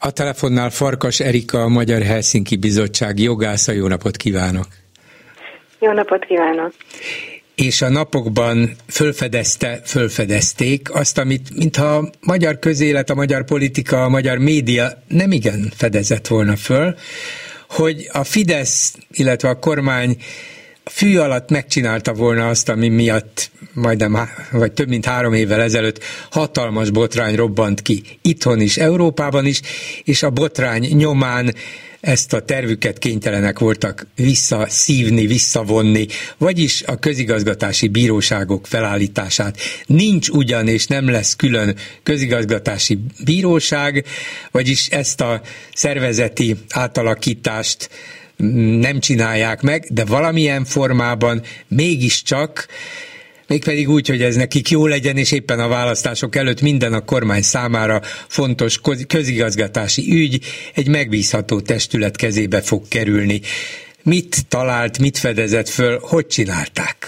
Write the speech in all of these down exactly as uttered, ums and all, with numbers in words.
A telefonnál Farkas Erika, a Magyar Helsinki Bizottság jogásza. Jó napot kívánok! Jó napot kívánok! És a napokban fölfedezte, fölfedezték azt, amit mintha a magyar közélet, a magyar politika, a magyar média nem igen fedezett volna föl, hogy a Fidesz, illetve a kormány fű alatt megcsinálta volna azt, ami miatt majdnem, vagy több mint három évvel ezelőtt hatalmas botrány robbant ki itthon is, Európában is, és a botrány nyomán ezt a tervüket kénytelenek voltak visszaszívni, visszavonni, vagyis a közigazgatási bíróságok felállítását. Nincs ugyan, és nem lesz külön közigazgatási bíróság, vagyis ezt a szervezeti átalakítást nem csinálják meg, de valamilyen formában mégiscsak, mégpedig úgy, hogy ez nekik jó legyen, és éppen a választások előtt minden a kormány számára fontos közigazgatási ügy egy megbízható testület kezébe fog kerülni. Mit talált, mit fedezett föl, hogy csinálták?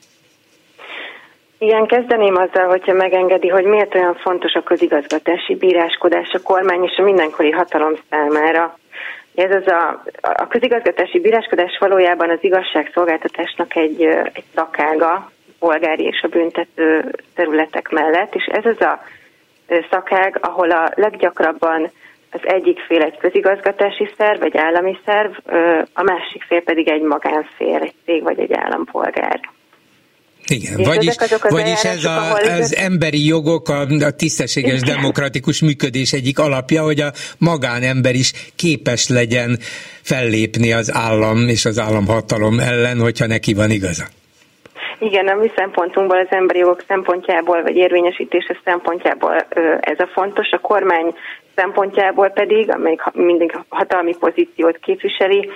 Igen, kezdeném azzal, hogyha megengedi, hogy miért olyan fontos a közigazgatási bíráskodás a kormány és a mindenkori hatalom számára. Ez az a, a közigazgatási bíráskodás valójában az igazságszolgáltatásnak egy, egy szakága, polgári és a büntető területek mellett, és ez az a szakág, ahol a leggyakrabban az egyik fél egy közigazgatási szerv, egy állami szerv, a másik fél pedig egy magánfél, egy cég vagy egy állampolgár. Igen, vagyis, vagyis ez a, az emberi jogok, a, a tisztességes igen. demokratikus működés egyik alapja, hogy a magánember is képes legyen fellépni az állam és az államhatalom ellen, hogyha neki van igaza. Igen, a mi szempontunkból, az emberi jogok szempontjából, vagy érvényesítése szempontjából ez a fontos, a kormány szempontjából pedig, amelyik mindig hatalmi pozíciót képviseli,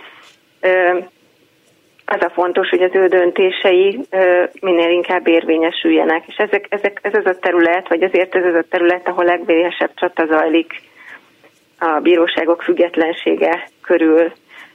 az a fontos, hogy az ő döntései minél inkább érvényesüljenek. És ezek, ezek, ez az a terület, vagy azért ez az a terület, ahol legvérjesebb csata zajlik a bíróságok függetlensége körül.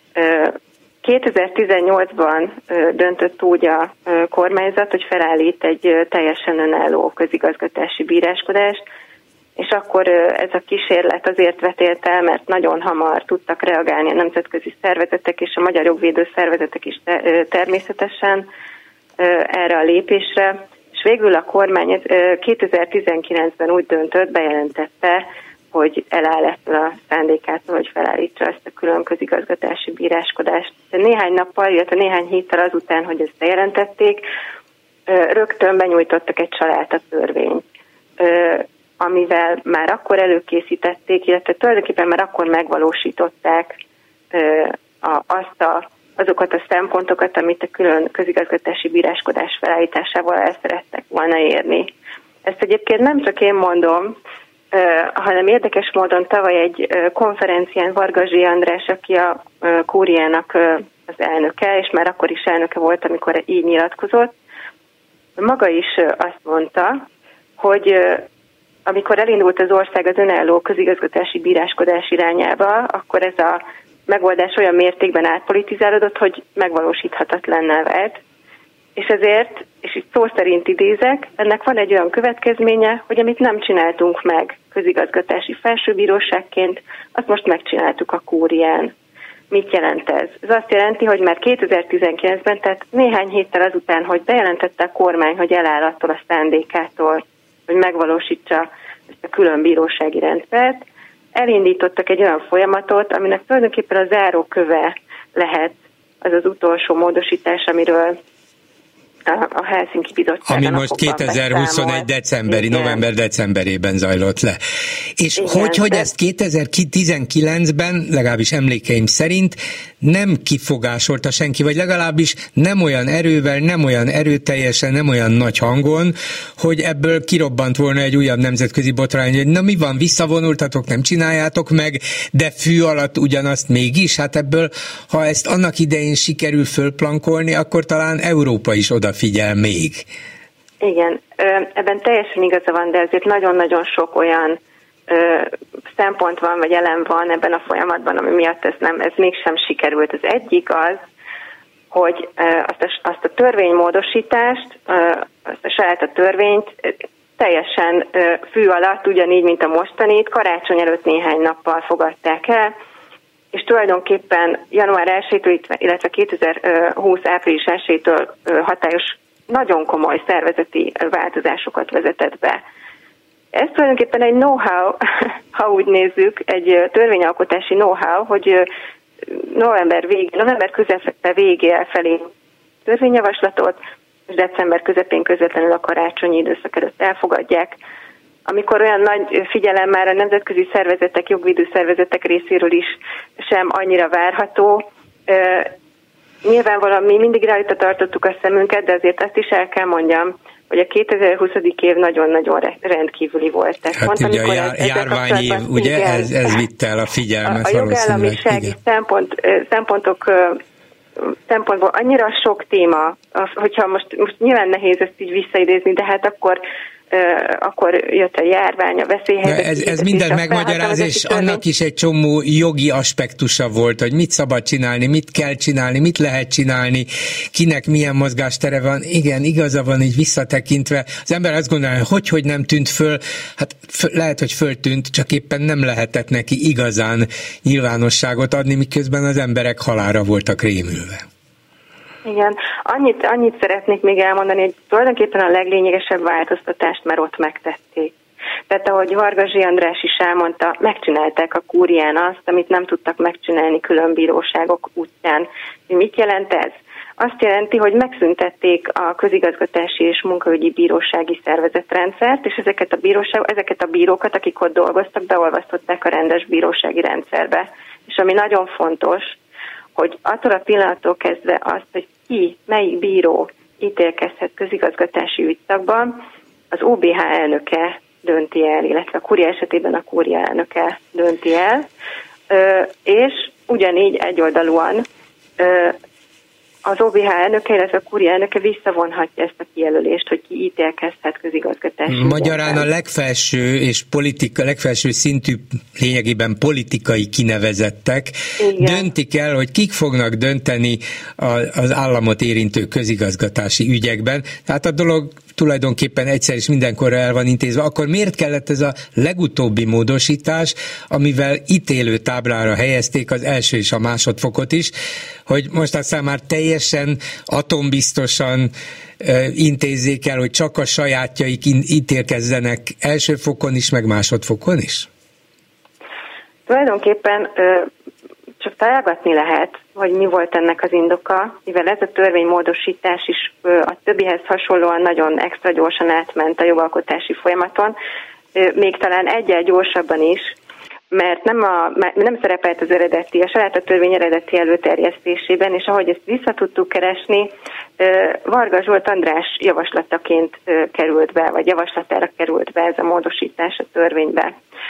kétezer-tizennyolcban döntött úgy a kormányzat, hogy felállít egy teljesen önálló közigazgatási bíráskodást, és akkor ez a kísérlet azért vetélt el, mert nagyon hamar tudtak reagálni a nemzetközi szervezetek és a magyar jogvédő szervezetek is természetesen erre a lépésre, és végül a kormány kétezer-tizenkilencben úgy döntött, bejelentette, hogy eláll ettől a szándékától, hogy felállítsa ezt a külön közigazgatási bíráskodást. De néhány nappal, illetve néhány héttel azután, hogy ezt bejelentették, rögtön benyújtottak egy családtörvényt, amivel már akkor előkészítették, illetve tulajdonképpen már akkor megvalósították azt a, azokat a szempontokat, amit a külön közigazgatási bíráskodás felállításával el szerettek volna érni. Ezt egyébként nem csak én mondom, hanem érdekes módon tavaly egy konferencián Varga Zsé András, aki a kúriának az elnöke, és már akkor is elnöke volt, amikor így nyilatkozott, maga is azt mondta, hogy amikor elindult az ország az önálló közigazgatási bíráskodás irányába, akkor ez a megoldás olyan mértékben átpolitizálódott, hogy megvalósíthatatlanná vált. És ezért, és itt szó szerint idézek, ennek van egy olyan következménye, hogy amit nem csináltunk meg közigazgatási felsőbíróságként, azt most megcsináltuk a kúrián. Mit jelent ez? Ez azt jelenti, hogy már kétezer-tizenkilencben, tehát néhány héttel azután, hogy bejelentette a kormány, hogy eláll attól a szándékától, hogy megvalósítsa ezt a külön bírósági rendszert, elindítottak egy olyan folyamatot, aminek tulajdonképpen a záróköve lehet az az utolsó módosítás, amiről a Helsinki Bizottság. Ami most kétezer-huszonegy decemberi, november-decemberében zajlott le. És igen, hogy, hogy de... ezt kétezer-tizenkilencben, legalábbis emlékeim szerint nem kifogásolta senki, vagy legalábbis nem olyan erővel, nem olyan erőteljesen, nem olyan nagy hangon, hogy ebből kirobbant volna egy újabb nemzetközi botrány, hogy na mi van, visszavonultatok, nem csináljátok meg, de fű alatt ugyanazt mégis, hát ebből, ha ezt annak idején sikerül fölplankolni, akkor talán Európa is odafigyel még. Igen, ebben teljesen igaza van, de azért nagyon-nagyon sok olyan szempont van, vagy elem van ebben a folyamatban, ami miatt ez, nem, ez mégsem sikerült. Az egyik az, hogy azt a, azt a törvénymódosítást, azt a saját a törvényt teljesen fű alatt, ugyanígy, mint a mostanit, karácsony előtt néhány nappal fogadták el, és tulajdonképpen január elsejétől, illetve kétezer-húsz április elsejétől hatályos nagyon komoly szervezeti változásokat vezetett be. Ez tulajdonképpen egy know-how, ha úgy nézzük, egy törvényalkotási know-how, hogy november végén, november közepe végé felé törvényjavaslatot, és december közepén közvetlenül a karácsonyi időszak előtt elfogadják, amikor olyan nagy figyelem már a nemzetközi szervezetek, jogvédő szervezetek részéről is sem annyira várható. Nyilvánvalóan mi mindig rajta tartottuk a szemünket, de azért azt is el kell mondjam, hogy a kétezer-húsz év nagyon-nagyon rendkívüli volt. Tehát hát pont, ugye a jár, járványév, ugye igen, ez, ez vitte el a figyelmet. A, a jogállamisági szempont, szempontok szempontból annyira sok téma, hogyha most, most nyilván nehéz ezt így visszaidézni, de hát akkor akkor jött a járvány, a veszélyhelyzet. Ez, ez mindent megmagyaráz, és annak is egy csomó jogi aspektusa volt, hogy mit szabad csinálni, mit kell csinálni, mit lehet csinálni, kinek milyen mozgástere van. Igen, igaza van, így visszatekintve. Az ember azt gondolja, hogy hogy, hogy nem tűnt föl, hát föl, lehet, hogy föltűnt, csak éppen nem lehetett neki igazán nyilvánosságot adni, miközben az emberek halálra voltak rémülve. Igen, annyit, annyit szeretnék még elmondani, hogy tulajdonképpen a leglényegesebb változtatást már ott megtették. Tehát ahogy Varga Zsi András is elmondta, megcsinálták a kúrián azt, amit nem tudtak megcsinálni külön bíróságok útján. Mit jelent ez? Azt jelenti, hogy megszüntették a közigazgatási és munkaügyi bírósági szervezetrendszert, és ezeket a, bíróság, ezeket a bírókat, akik ott dolgoztak, beolvasztották a rendes bírósági rendszerbe. És ami nagyon fontos, hogy attól a pillanattól kezdve azt, hogy ki, melyik bíró ítélkezhet közigazgatási ügyszakban, az o bé há elnöke dönti el, illetve a kúria esetében a kúria elnöke dönti el, és ugyanígy egyoldalúan az o bé há elnöke, illetve a kúria elnöke visszavonhatja ezt a kijelölést, hogy ki ítélkezhet közigazgatási. Magyarán a legfelső és politika, legfelső szintű, lényegében politikai kinevezettek igen. döntik el, hogy kik fognak dönteni az államot érintő közigazgatási ügyekben. Tehát a dolog tulajdonképpen egyszer és mindenkorra el van intézve. Akkor miért kellett ez a legutóbbi módosítás, amivel ítélő táblára helyezték az első és a másodfokot is, hogy most aztán már teljesen atombiztosan intézzék el, hogy csak a sajátjaik ítélkezzenek első fokon is, meg másodfokon is? Tulajdonképpen csak találgatni lehet, hogy mi volt ennek az indoka, mivel ez a törvénymódosítás is a többihez hasonlóan nagyon extra gyorsan átment a jogalkotási folyamaton, még talán egyel gyorsabban is, mert nem, a, nem szerepelt az eredeti, a saját a törvény eredeti előterjesztésében, és ahogy ezt vissza tudtuk keresni, Varga Zsolt András javaslataként került be, vagy javaslatára került be ez a módosítás a törvénybe.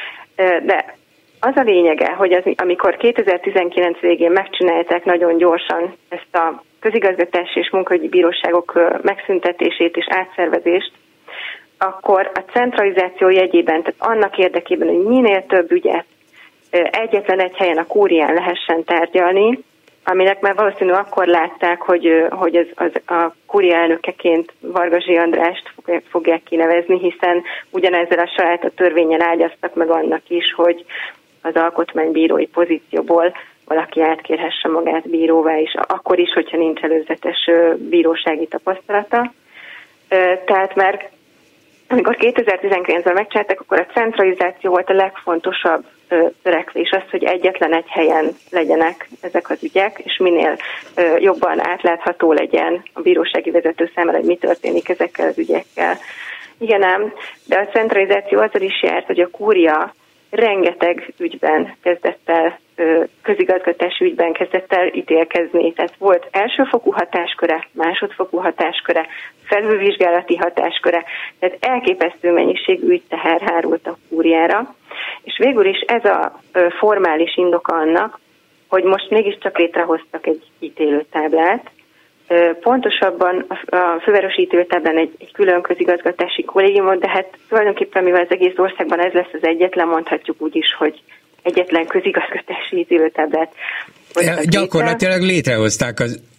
De az a lényege, hogy az, amikor kétezer-tizenkilenc végén megcsinálták nagyon gyorsan ezt a közigazgatási és munkaügyi bíróságok megszüntetését és átszervezést, akkor a centralizáció jegyében, tehát annak érdekében, hogy minél több ügyet egyetlen egy helyen a kúrián lehessen tárgyalni, aminek már valószínű akkor látták, hogy, hogy az, az a kúria elnökeként Varga Zsi Andrást fogják kinevezni, hiszen ugyanezzel a saját a törvénnyel ágyaztak meg annak is, hogy az alkotmánybírói pozícióból valaki átkérhesse magát bíróvá is, akkor is, hogyha nincs előzetes bírósági tapasztalata. Tehát már amikor kétezer-tizenkilencben megcsinálták, akkor a centralizáció volt a legfontosabb törekvés, az, hogy egyetlen egy helyen legyenek ezek az ügyek, és minél jobban átlátható legyen a bírósági vezető számára, hogy mi történik ezekkel az ügyekkel. Igen ám, de a centralizáció azzal is járt, hogy a kúria rengeteg ügyben kezdett el, közigazgatási ügyben kezdett el ítélkezni. Tehát volt elsőfokú hatásköre, másodfokú hatásköre, felülvizsgálati hatásköre, tehát elképesztő mennyiségű ügyteher hárult a kúriára, és végül is ez a formális indoka annak, hogy most mégiscsak létrehoztak egy ítélőtáblát. Pontosabban a fővárosi ítélőtáblán egy, egy külön közigazgatási kollégiumot, de hát tulajdonképpen mivel az egész országban ez lesz az egyetlen, mondhatjuk úgy is, hogy egyetlen közigazgatási ítélőtáblát. Gyakorlatilag létrehozták az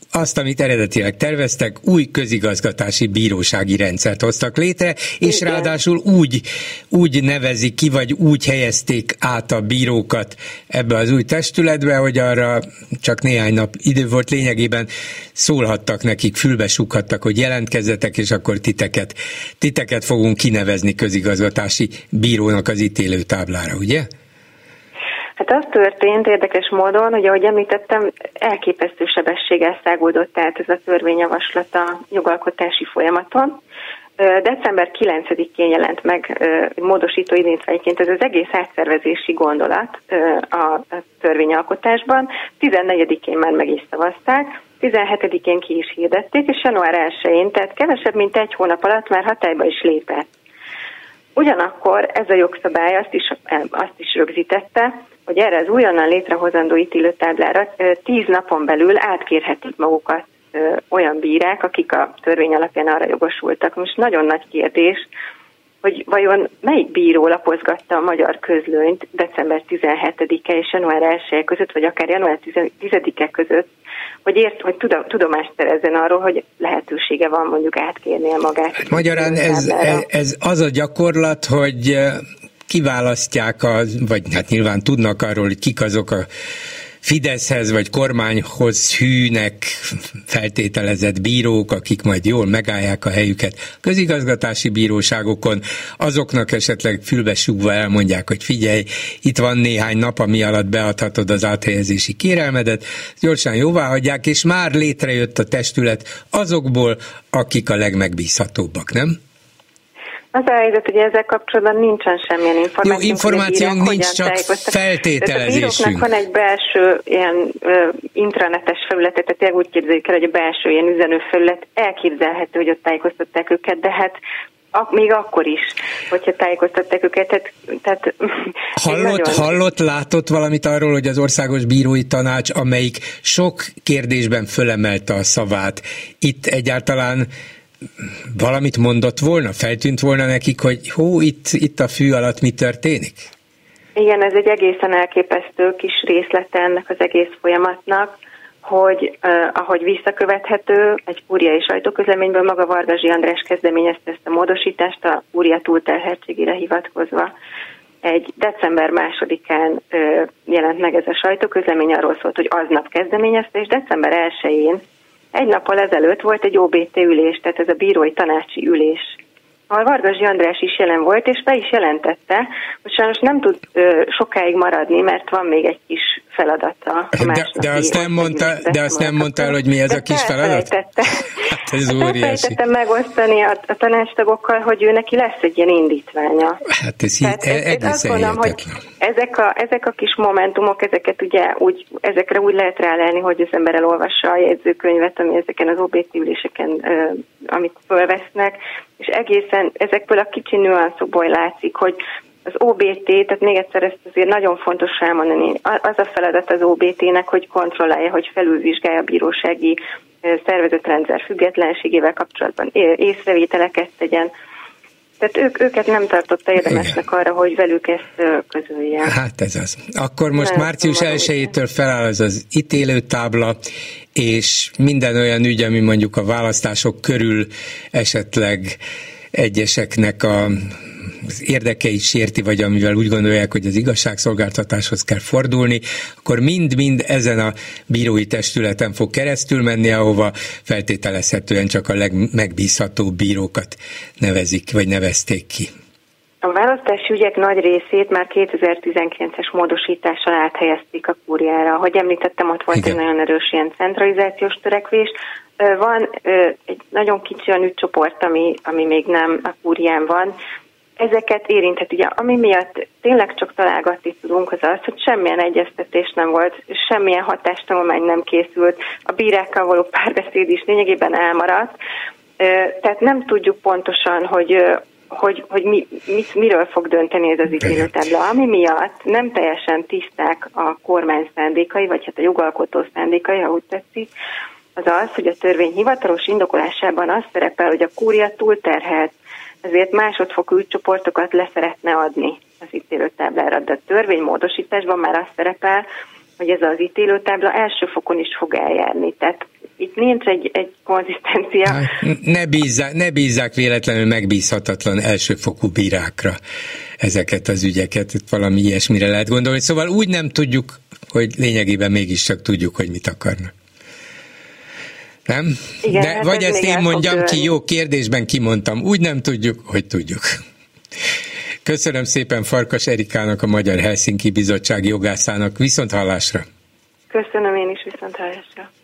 azt, amit eredetileg terveztek, új közigazgatási bírósági rendszert hoztak létre, és igen, ráadásul úgy, úgy nevezik ki, vagy úgy helyezték át a bírókat ebbe az új testületbe, hogy arra csak néhány nap idő volt, lényegében szólhattak nekik, fülbe súghattak, hogy jelentkezzetek, és akkor titeket, titeket fogunk kinevezni közigazgatási bírónak az ítélőtáblára, ugye? Hát az történt érdekes módon, hogy ahogy említettem, elképesztő sebességgel száguldott át ez a törvényjavaslat a jogalkotási folyamaton. december kilencedikén jelent meg módosító indítványként ez az egész átszervezési gondolat a törvényalkotásban. tizennegyedikén már meg is szavazták, tizenhetedikén ki is hirdették, és január elsején, tehát kevesebb, mint egy hónap alatt már hatályba is lépett. Ugyanakkor ez a jogszabály azt is, azt is rögzítette, hogy erre az újonnan létrehozandó ítélőtáblára tíz napon belül átkérhetik magukat olyan bírák, akik a törvény alapján arra jogosultak. Most nagyon nagy kérdés, hogy vajon melyik bíró lapozgatta a magyar közlönyt december tizenhetedike és január elseje között, vagy akár január tizedike között, hogy ért, hogy tudomást szerezzen arról, hogy lehetősége van mondjuk átkérnie magát. Hát magyarán ez, ez az a gyakorlat, hogy kiválasztják, a, vagy hát nyilván tudnak arról, hogy kik azok a Fideszhez vagy kormányhoz hűnek feltételezett bírók, akik majd jól megállják a helyüket közigazgatási bíróságokon, azoknak esetleg fülbesúgva elmondják, hogy figyelj, itt van néhány nap, ami alatt beadhatod az áthelyezési kérelmedet, gyorsan jóváhagyják, és már létrejött a testület azokból, akik a legmegbízhatóbbak, nem? Az a helyzet, hogy ezzel kapcsolatban nincsen semmilyen információ. Jó, információnk nincs, csak feltételezésünk. A bíróknak van egy belső ilyen uh, intranetes felület, tehát úgy képzeljük el, hogy a belső ilyen üzenőfelület, elképzelhető, hogy ott tájékoztatták őket, de hát a, még akkor is, hogyha tájékoztatták őket. Tehát, tehát hallott, nagyon... hallott, látott valamit arról, hogy az Országos Bírói Tanács, amelyik sok kérdésben fölemelte a szavát, itt egyáltalán valamit mondott volna? Feltűnt volna nekik, hogy hó, itt, itt a fű alatt mi történik? Igen, ez egy egészen elképesztő kis részlete ennek az egész folyamatnak, hogy uh, ahogy visszakövethető, egy kúriai sajtóközleményből maga Varga András kezdeményezte ezt a módosítást a kúria túlterheltségére hivatkozva. Egy december másodikán uh, jelent meg ez a sajtóközlemény, arról szólt, hogy aznap kezdeményezte, és december elsején egy nappal ezelőtt volt egy o bé té ülés, tehát ez a bírói tanácsi ülés, ahol Varga András is jelen volt, és be is jelentette, hogy sajnos nem tud ö, sokáig maradni, mert van még egy kis feladata. De, de azt nem mondta, de azt nem mondta el, hogy mi ez de a kis feladat? Hát ez óriási. Elfelejtettem megosztani a, a tanácstagokkal, hogy ő neki lesz egy ilyen indítványa. Hát ez Tehát ez, egészen azt gondolom, hogy ezek a, ezek a kis momentumok, ezeket ugye úgy, ezekre úgy lehet rálelni, hogy az ember elolvassa a jegyzőkönyvet, ami ezeken az o bé té üléseken, amit fölvesznek, és egészen ezekből a kicsi nüanszokból látszik, hogy az o bé té, tehát még egyszer ezt azért nagyon fontos elmondani, az a feladat az o bé té-nek, hogy kontrollálja, hogy felülvizsgálja a bírósági szervezetrendszer függetlenségével kapcsolatban észrevételeket tegyen. Tehát ők, őket nem tartotta érdemesnek arra, hogy velük ezt közölje. Hát ez az. Akkor most nem március elsejétől feláll az az ítélőtábla, és minden olyan ügy, ami mondjuk a választások körül esetleg egyeseknek a az érdekeit sérti, vagy amivel úgy gondolják, hogy az igazságszolgáltatáshoz kell fordulni, akkor mind-mind ezen a bírói testületen fog keresztül menni, ahova feltételezhetően csak a legmegbízhatóbb bírókat nevezik, vagy nevezték ki. A választási ügyek nagy részét már kétezer-tizenkilences módosítással áthelyezték a kúriára. Ahogy említettem, ott volt Igen. egy nagyon erős ilyen centralizációs törekvés. Van egy nagyon kicsi olyan ügycsoport, ami, ami még nem a kúrián van. Ezeket érinthet, ugye, ami miatt tényleg csak találgatni tudunk, az az, hogy semmilyen egyeztetés nem volt, semmilyen hatástanulmány nem készült, a bírákkal való párbeszéd is lényegében elmaradt, tehát nem tudjuk pontosan, hogy, hogy, hogy mi, mit, miről fog dönteni ez az ítélőtábla, ami miatt nem teljesen tiszták a kormány szándékai, vagy hát a jogalkotó szándékai, ha úgy tetszik, az az, hogy a törvény hivatalos indokolásában az szerepel, hogy a kúria túlterhelt, ezért másodfokú ügycsoportokat le szeretne adni az ítélőtáblára, de a törvénymódosításban már az szerepel, hogy ez az ítélőtábla első fokon is fog eljárni. Tehát itt nincs egy, egy konzisztencia. Ne bízzák, ne bízzák véletlenül megbízhatatlan elsőfokú bírákra ezeket az ügyeket, itt valami ilyesmire lehet gondolni. Szóval úgy nem tudjuk, hogy lényegében mégiscsak tudjuk, hogy mit akarnak. Nem? Igen, de hát vagy ez ezt én mondjam ki, jó, kérdésben kimondtam, úgy nem tudjuk, hogy tudjuk. Köszönöm szépen Farkas Erikának, a Magyar Helsinki Bizottság jogászának, viszont hallásra. Köszönöm én is, viszont hallásra.